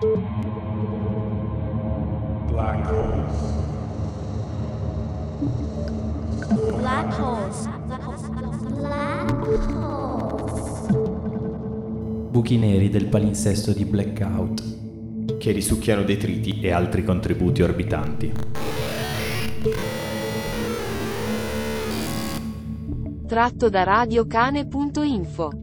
Black holes. Black holes. Black holes. Buchi neri del palinsesto di Blackout, che risucchiano detriti e altri contributi orbitanti. Tratto da radiocane.info.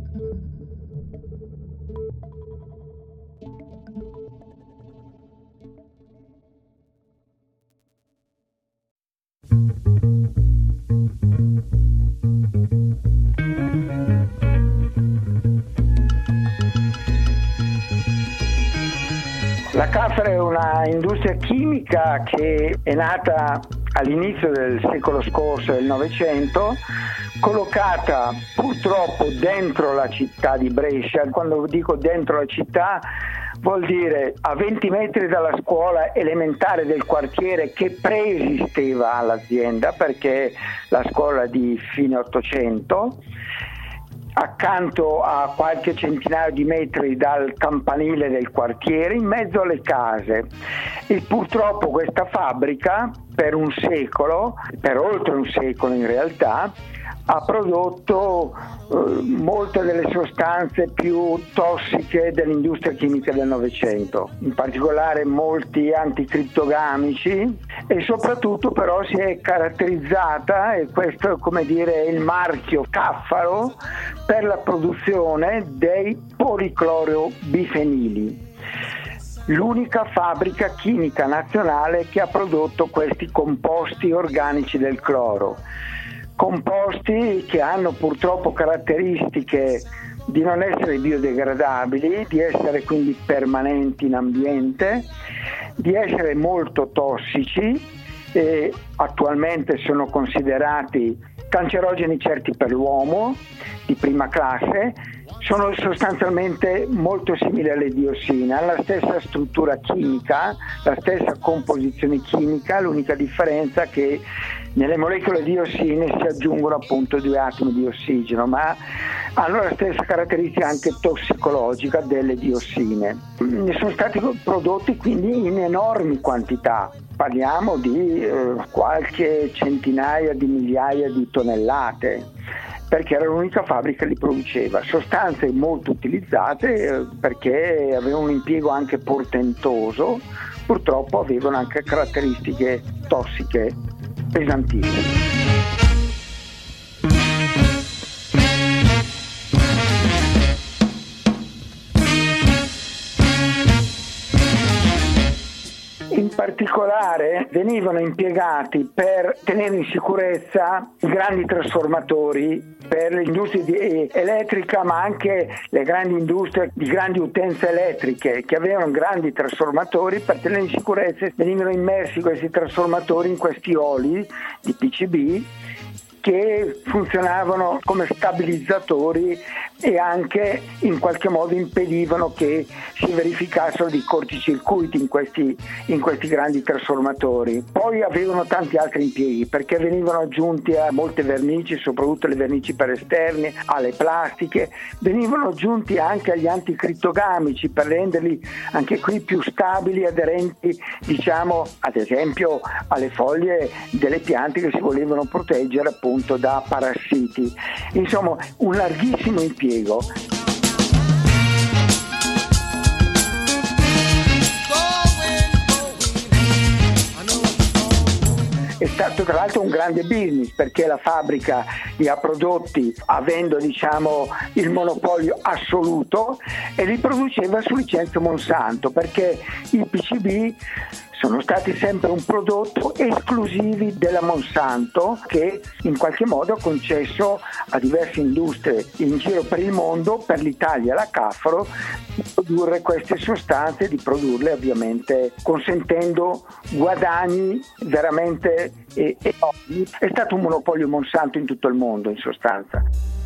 La Caffaro è una industria chimica che è nata all'inizio del secolo scorso, del Novecento, collocata purtroppo dentro la città di Brescia. Quando dico dentro la città vuol dire a 20 metri dalla scuola elementare del quartiere che preesisteva all'azienda, perché la scuola di fine Ottocento, accanto a qualche centinaio di metri dal campanile del quartiere, in mezzo alle case. E purtroppo questa fabbrica per un secolo, per oltre un secolo in realtà, ha prodotto molte delle sostanze più tossiche dell'industria chimica del Novecento, in particolare molti anticrittogamici, e soprattutto però si è caratterizzata, e questo come dire è il marchio Caffaro, per la produzione dei policloробifenili. L'unica fabbrica chimica nazionale che ha prodotto questi composti organici del cloro. Composti che hanno purtroppo caratteristiche di non essere biodegradabili, di essere quindi permanenti in ambiente, di essere molto tossici e attualmente sono considerati cancerogeni certi per l'uomo, di prima classe. Sono sostanzialmente molto simili alle diossine, hanno la stessa struttura chimica, la stessa composizione chimica, l'unica differenza è che nelle molecole di diossine si aggiungono appunto 2 atomi di ossigeno, ma hanno la stessa caratteristica anche tossicologica delle diossine. Ne sono stati prodotti quindi in enormi quantità, parliamo di qualche centinaia di migliaia di tonnellate, perché era l'unica fabbrica che li produceva. Sostanze molto utilizzate perché avevano un impiego anche portentoso, purtroppo avevano anche caratteristiche tossiche pesantissime. In particolare venivano impiegati per tenere in sicurezza i grandi trasformatori per l'industria elettrica, ma anche le grandi industrie di grandi utenze elettriche che avevano grandi trasformatori. Per tenere in sicurezza venivano immersi questi trasformatori in questi oli di PCB che funzionavano come stabilizzatori e anche in qualche modo impedivano che si verificassero dei corticircuiti in questi grandi trasformatori. Poi avevano tanti altri impieghi perché venivano aggiunti a molte vernici, soprattutto le vernici per esterni, alle plastiche, venivano aggiunti anche agli anticrittogamici per renderli anche qui più stabili, aderenti, diciamo, ad esempio alle foglie delle piante che si volevano proteggere appunto da parassiti. Insomma, un larghissimo impiego. È stato tra l'altro un grande business perché la fabbrica li ha prodotti avendo il monopolio assoluto e li produceva su licenza Monsanto, perché i PCB sono stati sempre un prodotto esclusivi della Monsanto che in qualche modo ha concesso a diverse industrie in giro per il mondo, per l'Italia la Caffaro, di produrre queste sostanze, di produrle ovviamente consentendo guadagni veramente enormi. È stato un monopolio Monsanto in tutto il mondo in sostanza.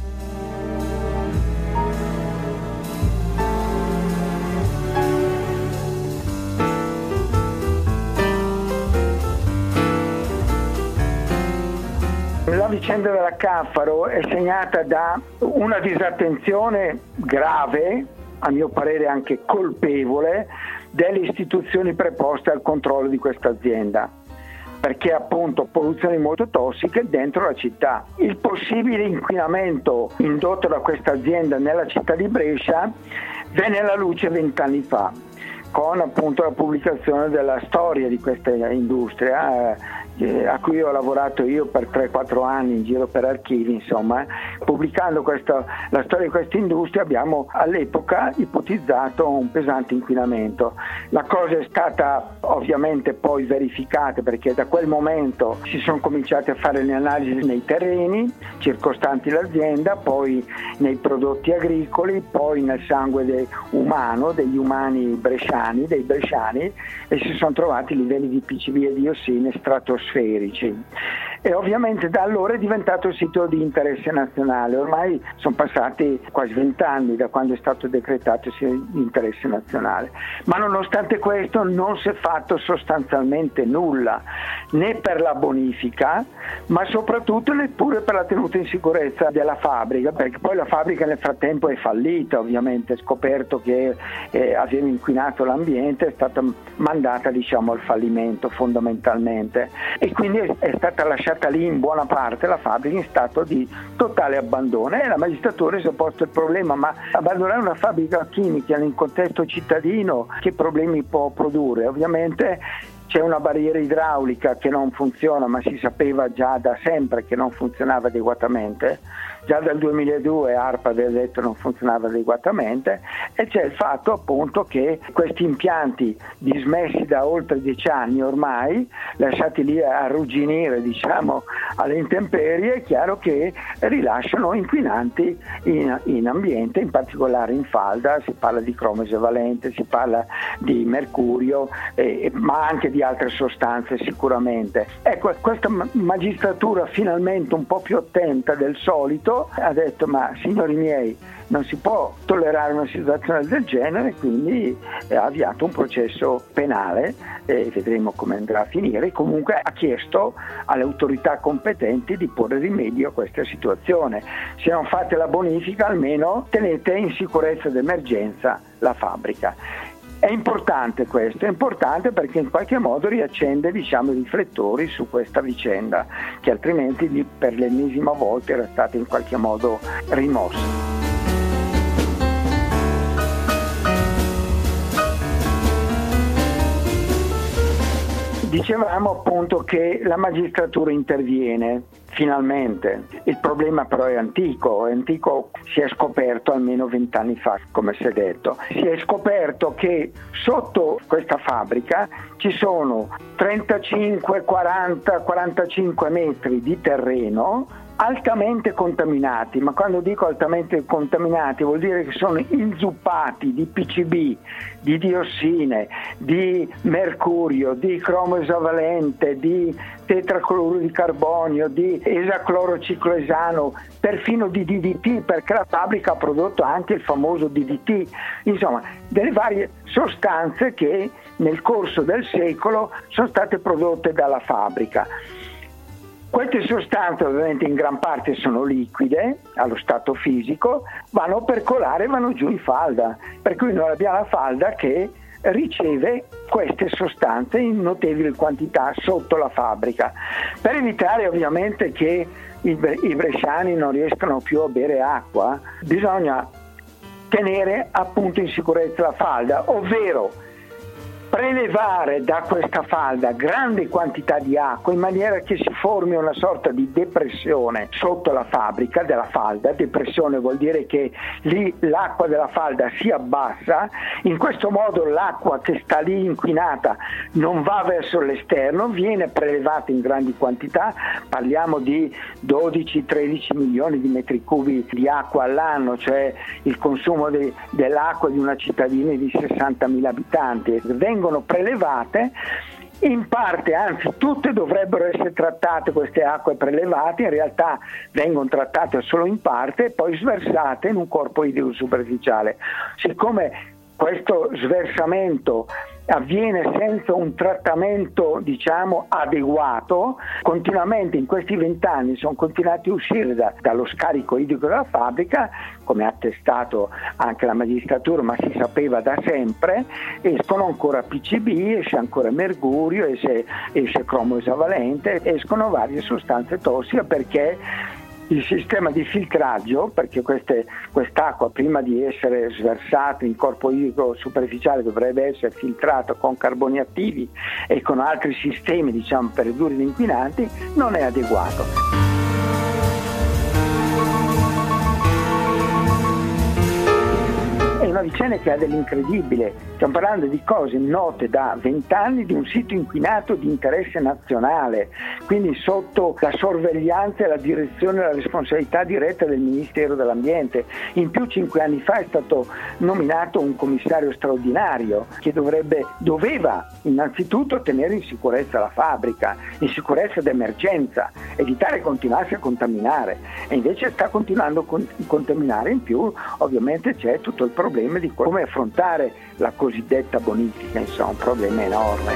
La vicenda della Caffaro è segnata da una disattenzione grave a mio parere anche colpevole, delle istituzioni preposte al controllo di questa azienda, perché appunto poluzioni molto tossiche dentro la città. Il possibile inquinamento indotto da questa azienda nella città di Brescia venne alla luce 20 anni fa, con appunto la pubblicazione della storia di questa industria, a cui ho lavorato io per 3-4 anni in giro per archivi, insomma. Pubblicando la storia di questa industria abbiamo all'epoca ipotizzato un pesante inquinamento. La cosa è stata ovviamente poi verificata, perché da quel momento si sono cominciate a fare le analisi nei terreni circostanti l'azienda, poi nei prodotti agricoli, poi nel sangue umano, degli umani bresciani, dei bresciani, e si sono trovati livelli di PCB e diossine stratosferici. E ovviamente da allora è diventato sito di interesse nazionale. Ormai sono passati quasi 20 anni da quando è stato decretato sito di interesse nazionale, ma nonostante questo non si è fatto sostanzialmente nulla, né per la bonifica, ma soprattutto neppure per la tenuta in sicurezza della fabbrica, perché poi la fabbrica nel frattempo è fallita, ovviamente, è scoperto che aveva inquinato l'ambiente, è stata mandata al fallimento fondamentalmente, e quindi è stata lasciata lì in buona parte la fabbrica in stato di totale abbandono, e la magistratura si è posto il problema: ma abbandonare una fabbrica chimica nel contesto cittadino che problemi può produrre? Ovviamente c'è una barriera idraulica che non funziona, ma si sapeva già da sempre che non funzionava adeguatamente. Già dal 2002 ARPA aveva detto non funzionava adeguatamente, e c'è il fatto appunto che questi impianti dismessi da oltre 10 anni ormai, lasciati lì a arrugginire alle intemperie, è chiaro che rilasciano inquinanti in ambiente, in particolare in falda. Si parla di cromo esavalente, si parla di mercurio, ma anche di altre sostanze sicuramente. Ecco, questa magistratura finalmente un po' più attenta del solito ha detto: ma signori miei, non si può tollerare una situazione del genere, quindi ha avviato un processo penale, e vedremo come andrà a finire. Comunque ha chiesto alle autorità competenti di porre rimedio a questa situazione. Se non fate la bonifica, almeno tenete in sicurezza d'emergenza la fabbrica. È importante questo, è importante perché in qualche modo riaccende i riflettori su questa vicenda, che altrimenti per l'ennesima volta era stata in qualche modo rimossa. Dicevamo appunto che la magistratura interviene finalmente. Il problema però è antico, si è scoperto almeno 20 anni fa, come si è detto. Si è scoperto che sotto questa fabbrica ci sono 35, 40, 45 metri di terreno altamente contaminati, ma quando dico altamente contaminati vuol dire che sono inzuppati di PCB, di diossine, di mercurio, di cromo esavalente, di tetracloruro di carbonio, di esaclorocicloesano, perfino di DDT, perché la fabbrica ha prodotto anche il famoso DDT, insomma delle varie sostanze che nel corso del secolo sono state prodotte dalla fabbrica. Queste sostanze ovviamente in gran parte sono liquide allo stato fisico, vanno a percolare, vanno giù in falda, per cui noi abbiamo la falda che riceve queste sostanze in notevoli quantità sotto la fabbrica. Per evitare ovviamente che i bresciani non riescano più a bere acqua, bisogna tenere appunto in sicurezza la falda, ovvero prelevare da questa falda grandi quantità di acqua in maniera che si formi una sorta di depressione sotto la fabbrica della falda. Depressione vuol dire che lì l'acqua della falda si abbassa, in questo modo l'acqua che sta lì inquinata non va verso l'esterno, viene prelevata in grandi quantità, parliamo di 12-13 milioni di metri cubi di acqua all'anno, cioè il consumo dell'acqua di una cittadina di 60.000 abitanti. Vengono prelevate in parte, anzi tutte dovrebbero essere trattate, queste acque prelevate, in realtà vengono trattate solo in parte e poi sversate in un corpo idrico superficiale. Siccome questo sversamento avviene senza un trattamento, diciamo, adeguato. Continuamente in questi 20 anni sono continuati a uscire dallo scarico idrico della fabbrica, come ha attestato anche la magistratura, ma si sapeva da sempre. Escono ancora PCB, esce ancora mercurio, esce cromo esavalente, escono varie sostanze tossiche, perché il sistema di filtraggio, perché quest'acqua prima di essere sversata in corpo idrico superficiale dovrebbe essere filtrata con carboni attivi e con altri sistemi, diciamo, per ridurre gli inquinanti, non è adeguato. È una vicenda che ha dell'incredibile. Stiamo parlando di cose note da 20 anni, di un sito inquinato di interesse nazionale, quindi sotto la sorveglianza e la direzione e la responsabilità diretta del Ministero dell'Ambiente. In più 5 anni fa è stato nominato un commissario straordinario che doveva innanzitutto tenere in sicurezza la fabbrica, in sicurezza d'emergenza, evitare che continuasse a contaminare, e invece sta continuando a contaminare. In più ovviamente c'è tutto il problema di come affrontare la cosiddetta bonifica, insomma, un problema enorme.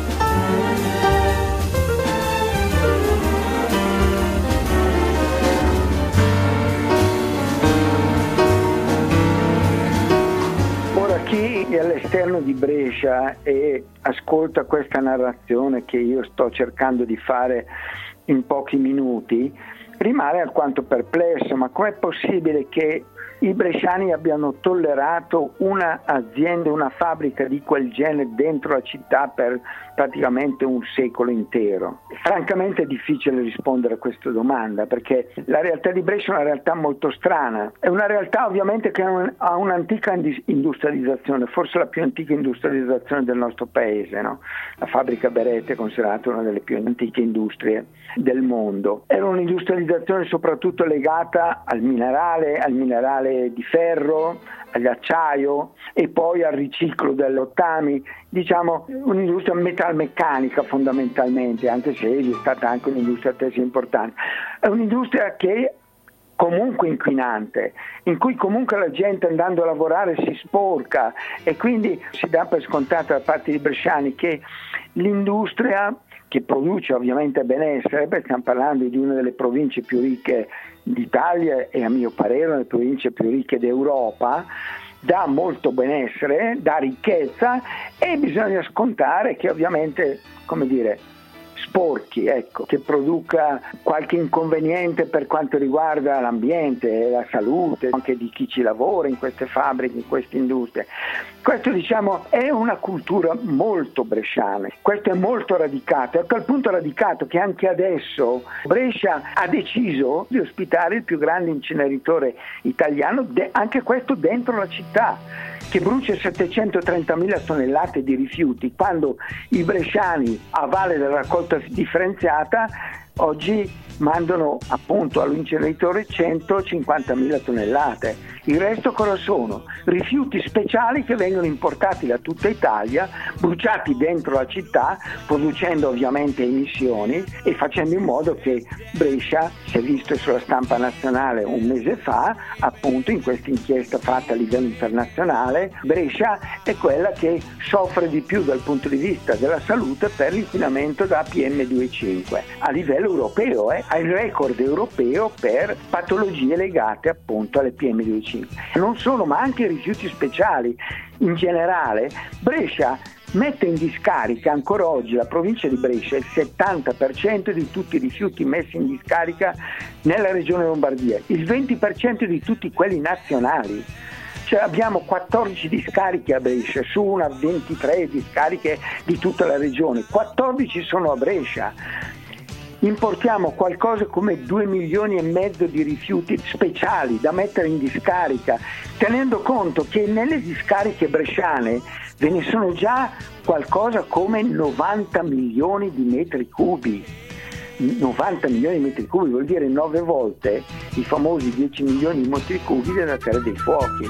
Ora, chi è all'esterno di Brescia e ascolta questa narrazione che io sto cercando di fare in pochi minuti rimane alquanto perplesso. Ma com'è possibile che i bresciani abbiano tollerato una azienda, una fabbrica di quel genere dentro la città per praticamente un secolo intero? Francamente è difficile rispondere a questa domanda, perché la realtà di Brescia è una realtà molto strana. È una realtà ovviamente che ha un'antica industrializzazione, forse la più antica industrializzazione del nostro paese, no? La fabbrica Beretta è considerata una delle più antiche industrie del mondo. Era un'industrializzazione soprattutto legata al minerale di ferro, all'acciaio e poi al riciclo dei rottami, diciamo un'industria metalmeccanica fondamentalmente, anche se è stata anche un'industria tessile importante. È un'industria che comunque inquinante, in cui comunque la gente andando a lavorare si sporca, e quindi si dà per scontato da parte dei bresciani che l'industria, che produce ovviamente benessere, perché stiamo parlando di una delle province più ricche d'Italia e a mio parere una delle province più ricche d'Europa, dà molto benessere, dà ricchezza, e bisogna scontare che ovviamente, come dire, sporchi, ecco, che produca qualche inconveniente per quanto riguarda l'ambiente e la salute anche di chi ci lavora in queste fabbriche, in queste industrie. Questo, diciamo, è una cultura molto bresciana, questo è molto radicato, a tal punto radicato che anche adesso Brescia ha deciso di ospitare il più grande inceneritore italiano, anche questo dentro la città, che brucia 730.000 tonnellate di rifiuti, quando i bresciani, a valle della raccolta differenziata, oggi mandano appunto all'inceneritore 150.000 tonnellate. Il resto cosa sono? Rifiuti speciali che vengono importati da tutta Italia, bruciati dentro la città, producendo ovviamente emissioni e facendo in modo che Brescia, si è visto sulla stampa nazionale un mese fa, appunto in questa inchiesta fatta a livello internazionale, Brescia è quella che soffre di più dal punto di vista della salute per l'inquinamento da PM2,5 a livello europeo, ha il record europeo per patologie legate appunto alle PM2,5. Non solo, ma anche i rifiuti speciali in generale. Brescia mette in discarica ancora oggi, la provincia di Brescia, il 70% di tutti i rifiuti messi in discarica nella regione Lombardia, il 20% di tutti quelli nazionali. Cioè abbiamo 14 discariche a Brescia su una 23 discariche di tutta la regione, 14 sono a Brescia. Importiamo qualcosa come 2,5 milioni di rifiuti speciali da mettere in discarica, tenendo conto che nelle discariche bresciane ve ne sono già qualcosa come 90 milioni di metri cubi. 90 milioni di metri cubi vuol dire 9 volte i famosi 10 milioni di metri cubi della Terra dei Fuochi.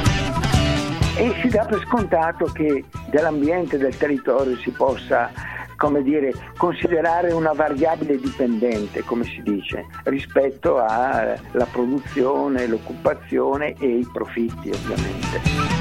E si dà per scontato che dell'ambiente, del territorio si possa come dire, considerare una variabile dipendente, come si dice, rispetto alla produzione, l'occupazione e i profitti, ovviamente.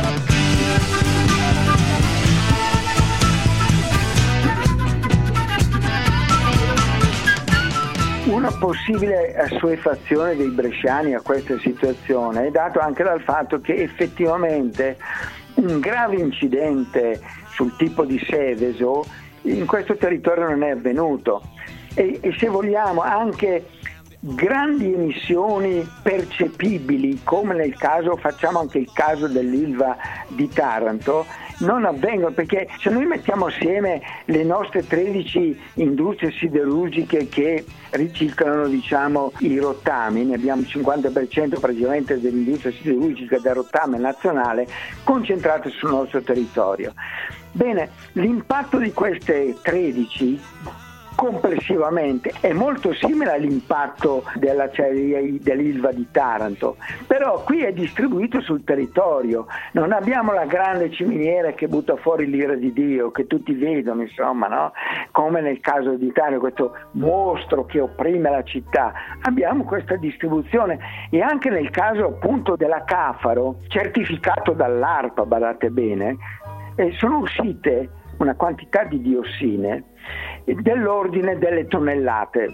Una possibile assuefazione dei bresciani a questa situazione è dato anche dal fatto che effettivamente un grave incidente sul tipo di Seveso in questo territorio non è avvenuto e se vogliamo anche grandi emissioni percepibili, come nel caso, facciamo anche il caso dell'Ilva di Taranto, non avvengono, perché se noi mettiamo assieme le nostre 13 industrie siderurgiche che riciclano, diciamo, i rottami, ne abbiamo il 50% praticamente dell'industria siderurgica del rottame nazionale concentrate sul nostro territorio. Bene, l'impatto di queste 13 complessivamente è molto simile all'impatto dell'acciaieria dell'Ilva di Taranto, però qui è distribuito sul territorio, non abbiamo la grande ciminiera che butta fuori l'ira di Dio, che tutti vedono, insomma, no? Come nel caso di Taranto, questo mostro che opprime la città. Abbiamo questa distribuzione e anche nel caso appunto della Cafaro, certificato dall'ARPA, badate bene, sono uscite una quantità di diossine dell'ordine delle tonnellate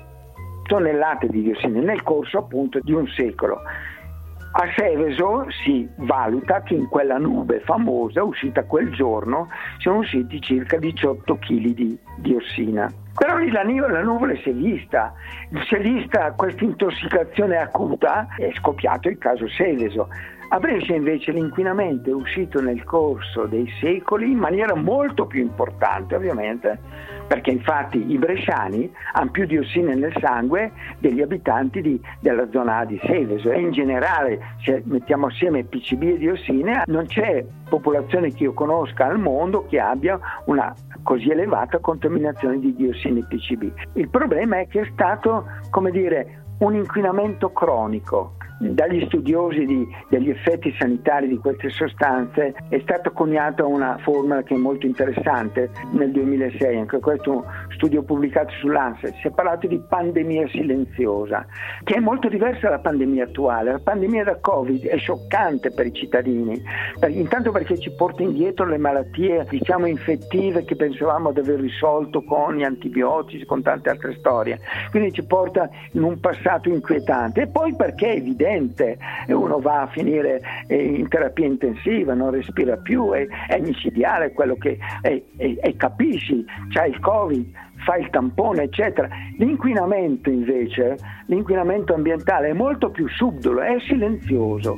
di diossine nel corso appunto di un secolo. A Seveso si valuta che in quella nube famosa uscita quel giorno sono usciti circa 18 kg di diossina. Però lì la nuvola si è vista questa intossicazione acuta, è scoppiato il caso Seveso. A Brescia invece l'inquinamento è uscito nel corso dei secoli in maniera molto più importante, ovviamente, perché infatti i bresciani hanno più diossine nel sangue degli abitanti della zona di Seveso e in generale, se mettiamo assieme PCB e diossine, non c'è popolazione che io conosca al mondo che abbia una così elevata contaminazione di diossine e PCB. Il problema è che è stato, come dire, un inquinamento cronico. Dagli studiosi degli effetti sanitari di queste sostanze è stata coniata una formula che è molto interessante nel 2006, anche questo è un studio pubblicato sull'Lancet. Si è parlato di pandemia silenziosa, che è molto diversa dalla pandemia attuale. La pandemia da Covid è scioccante per i cittadini, intanto perché ci porta indietro le malattie, diciamo, infettive che pensavamo di aver risolto con gli antibiotici, con tante altre storie, quindi ci porta in un passato inquietante, e poi perché è evidente, uno va a finire in terapia intensiva, non respira più, è micidiale quello che e capisci, c'hai il Covid, fai il tampone, eccetera. L'inquinamento invece, l'inquinamento ambientale è molto più subdolo, è silenzioso.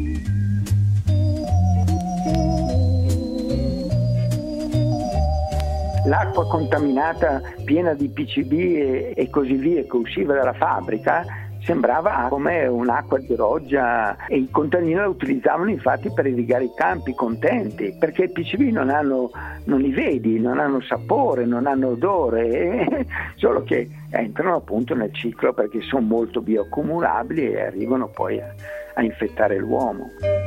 L'acqua contaminata piena di PCB e così via che usciva dalla fabbrica sembrava come un'acqua di roggia, e i contadini la utilizzavano infatti per irrigare i campi, contenti, perché i PCB non li vedi, non hanno sapore, non hanno odore, solo che entrano appunto nel ciclo perché sono molto bioaccumulabili e arrivano poi a infettare l'uomo.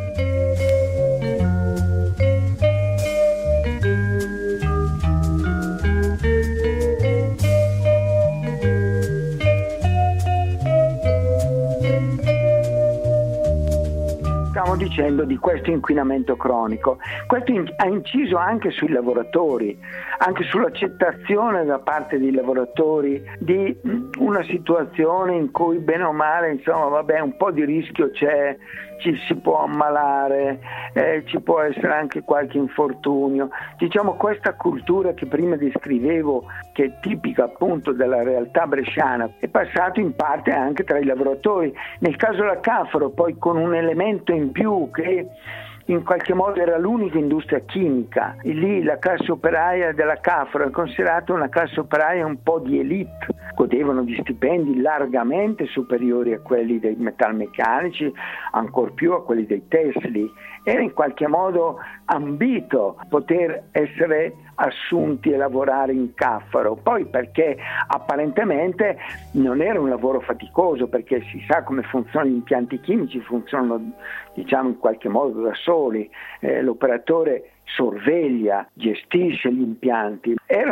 Stiamo dicendo di questo inquinamento cronico. Questo ha inciso anche sui lavoratori, anche sull'accettazione da parte dei lavoratori di una situazione in cui bene o male, insomma, vabbè, un po' di rischio c'è, ci si può ammalare, ci può essere anche qualche infortunio. Diciamo, questa cultura che prima descrivevo, che è tipica appunto della realtà bresciana, è passato in parte anche tra i lavoratori. Nel caso della Cafaro, poi con un elemento in più che in qualche modo era l'unica industria chimica, e lì la classe operaia della Cafaro è considerata una classe operaia un po' di elite, godevano di stipendi largamente superiori a quelli dei metalmeccanici, ancor più a quelli dei tessili. Era in qualche modo ambito poter essere assunti e lavorare in Cafaro, poi perché apparentemente non era un lavoro faticoso, perché si sa come funzionano gli impianti chimici, funzionano, diciamo, in qualche modo da soli, l'operatore sorveglia, gestisce gli impianti. Era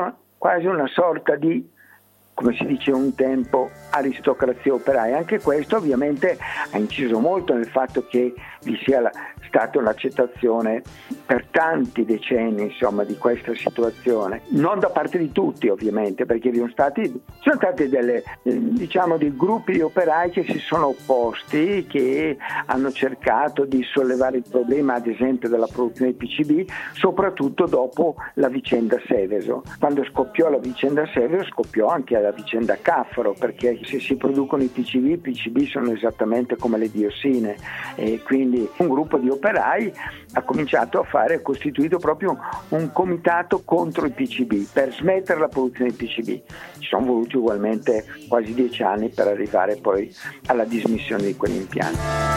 quasi una sorta di, come si diceva un tempo, aristocrazia operaia. Anche questo ovviamente ha inciso molto nel fatto che vi sia stata un'accettazione per tanti decenni, insomma, di questa situazione, non da parte di tutti ovviamente, perché ci sono stati dei gruppi di operai che si sono opposti, che hanno cercato di sollevare il problema, ad esempio, della produzione di PCB, soprattutto dopo la vicenda Seveso. Quando scoppiò la vicenda Seveso scoppiò anche la vicenda Caffaro, perché se si producono i PCB sono esattamente come le diossine, e quindi un gruppo di operai ha costituito proprio un comitato contro il PCB per smettere la produzione di PCB. Ci sono voluti ugualmente quasi 10 anni per arrivare poi alla dismissione di quegli impianti.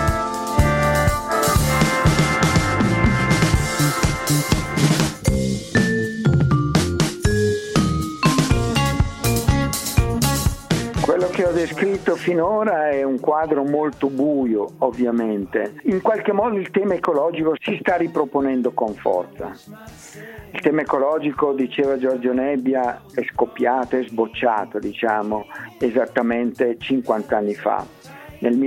Quello che ho descritto finora è un quadro molto buio, ovviamente. In qualche modo il tema ecologico si sta riproponendo con forza. Il tema ecologico, diceva Giorgio Nebbia, è scoppiato, è sbocciato, esattamente 50 anni fa, nel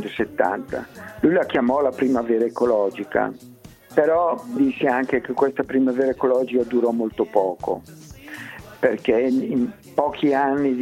1970. Lui la chiamò la primavera ecologica, però disse anche che questa primavera ecologica durò molto poco, perché in pochi anni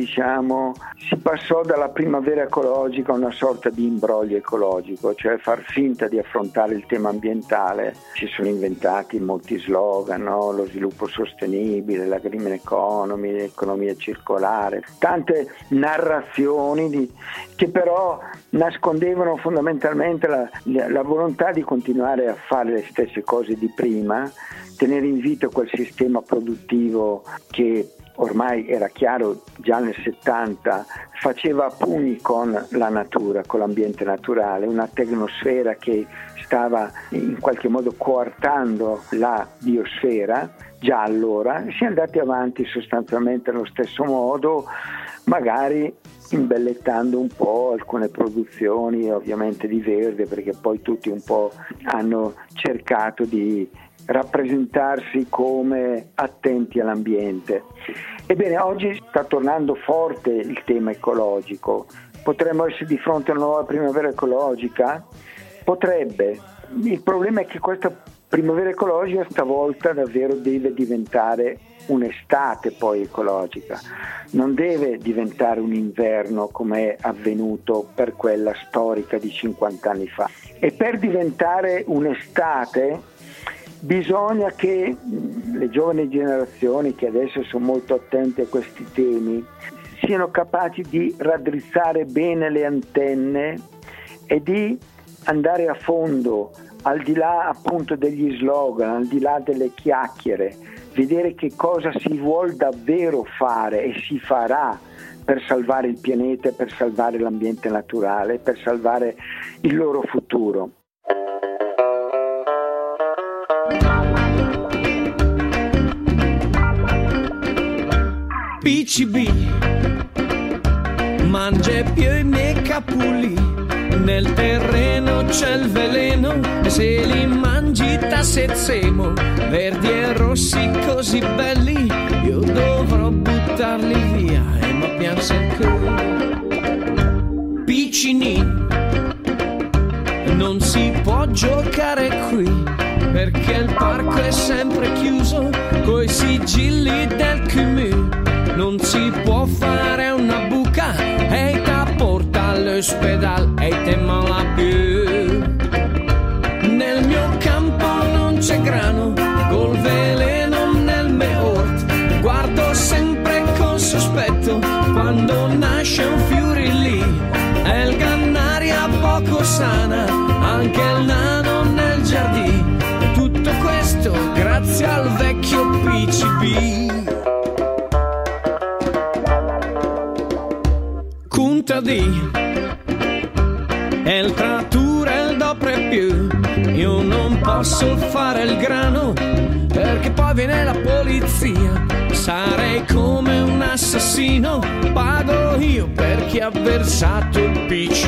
si passò dalla primavera ecologica a una sorta di imbroglio ecologico, cioè far finta di affrontare il tema ambientale. Si sono inventati molti slogan, no? Lo sviluppo sostenibile, la green economy, l'economia circolare, tante narrazioni che però nascondevano fondamentalmente la volontà di continuare a fare le stesse cose di prima, tenere in vita quel sistema produttivo che ormai era chiaro già nel 70, faceva a pugni con la natura, con l'ambiente naturale, una tecnosfera che stava in qualche modo coartando la biosfera. Già allora si è andati avanti sostanzialmente allo stesso modo, magari imbellettando un po' alcune produzioni ovviamente di verde, perché poi tutti un po' hanno cercato di rappresentarsi come attenti all'ambiente. Ebbene, oggi sta tornando forte il tema ecologico. Potremmo essere di fronte a una nuova primavera ecologica? Potrebbe. Il problema è che questa primavera ecologica stavolta davvero deve diventare un'estate poi ecologica, non deve diventare un inverno come è avvenuto per quella storica di 50 anni fa. E per diventare un'estate bisogna che le giovani generazioni, che adesso sono molto attente a questi temi, siano capaci di raddrizzare bene le antenne e di andare a fondo, al di là appunto degli slogan, al di là delle chiacchiere, vedere che cosa si vuol davvero fare e si farà per salvare il pianeta, per salvare l'ambiente naturale, per salvare il loro futuro. PCB mangia più i miei capulli, nel terreno c'è il veleno, se li mangi t'assezzemo, verdi e rossi così belli, io dovrò buttarli via e ma pianse anche piccini, non si può giocare qui, perché il parco è sempre chiuso coi sigilli del CMU. Non si può fare una buca e ti porta all'ospedale e te mala più. Nel mio campo non c'è grano, col veleno nel mio orto. Guardo sempre con sospetto quando nasce un fiore lì. È il gannaria poco sana, anche il nano nel giardino. Tutto questo grazie al vecchio PCB. E il trattura e il dopo e più, io non posso fare il grano perché poi viene la polizia, sarei come un assassino, pago io per chi ha versato il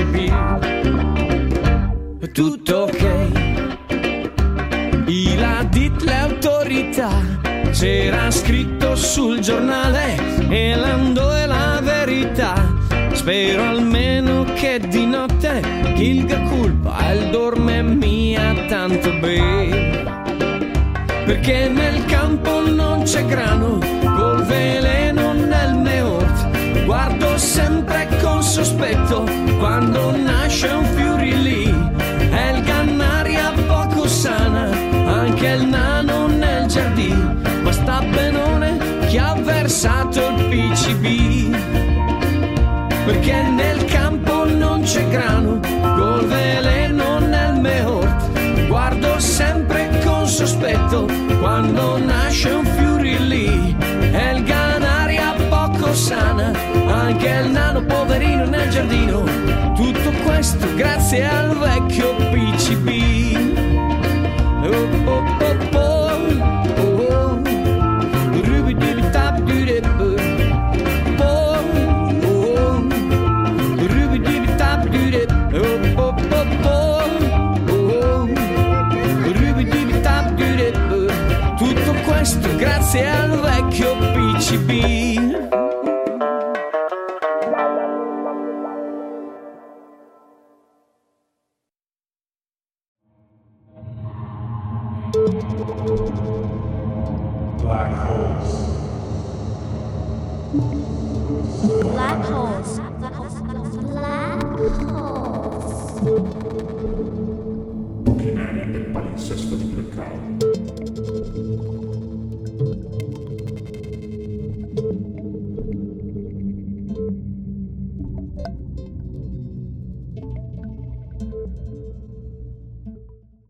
PCB. Tutto ok, il ha dit le autorità, c'era scritto sul giornale e l'ando è la verità. Spero almeno che di notte il colpa il dorme mia tanto bene, perché nel campo non c'è grano col veleno nel meort. Guardo sempre con sospetto quando nasce un fiore lì. È il gannaria poco sana, anche il nano nel giardino, ma sta benone chi ha versato il PCB, perché nel campo non c'è grano col veleno nel meort. Guardo sempre con sospetto quando nasce un fiore lì. È il ganaria poco sana, anche il nano poverino nel giardino. Tutto questo grazie al vecchio PCB. Oh, oh, oh, oh, oh. Rubidibitabdudib. Tutto questo grazie al vecchio PCB. Black holes. Black holes.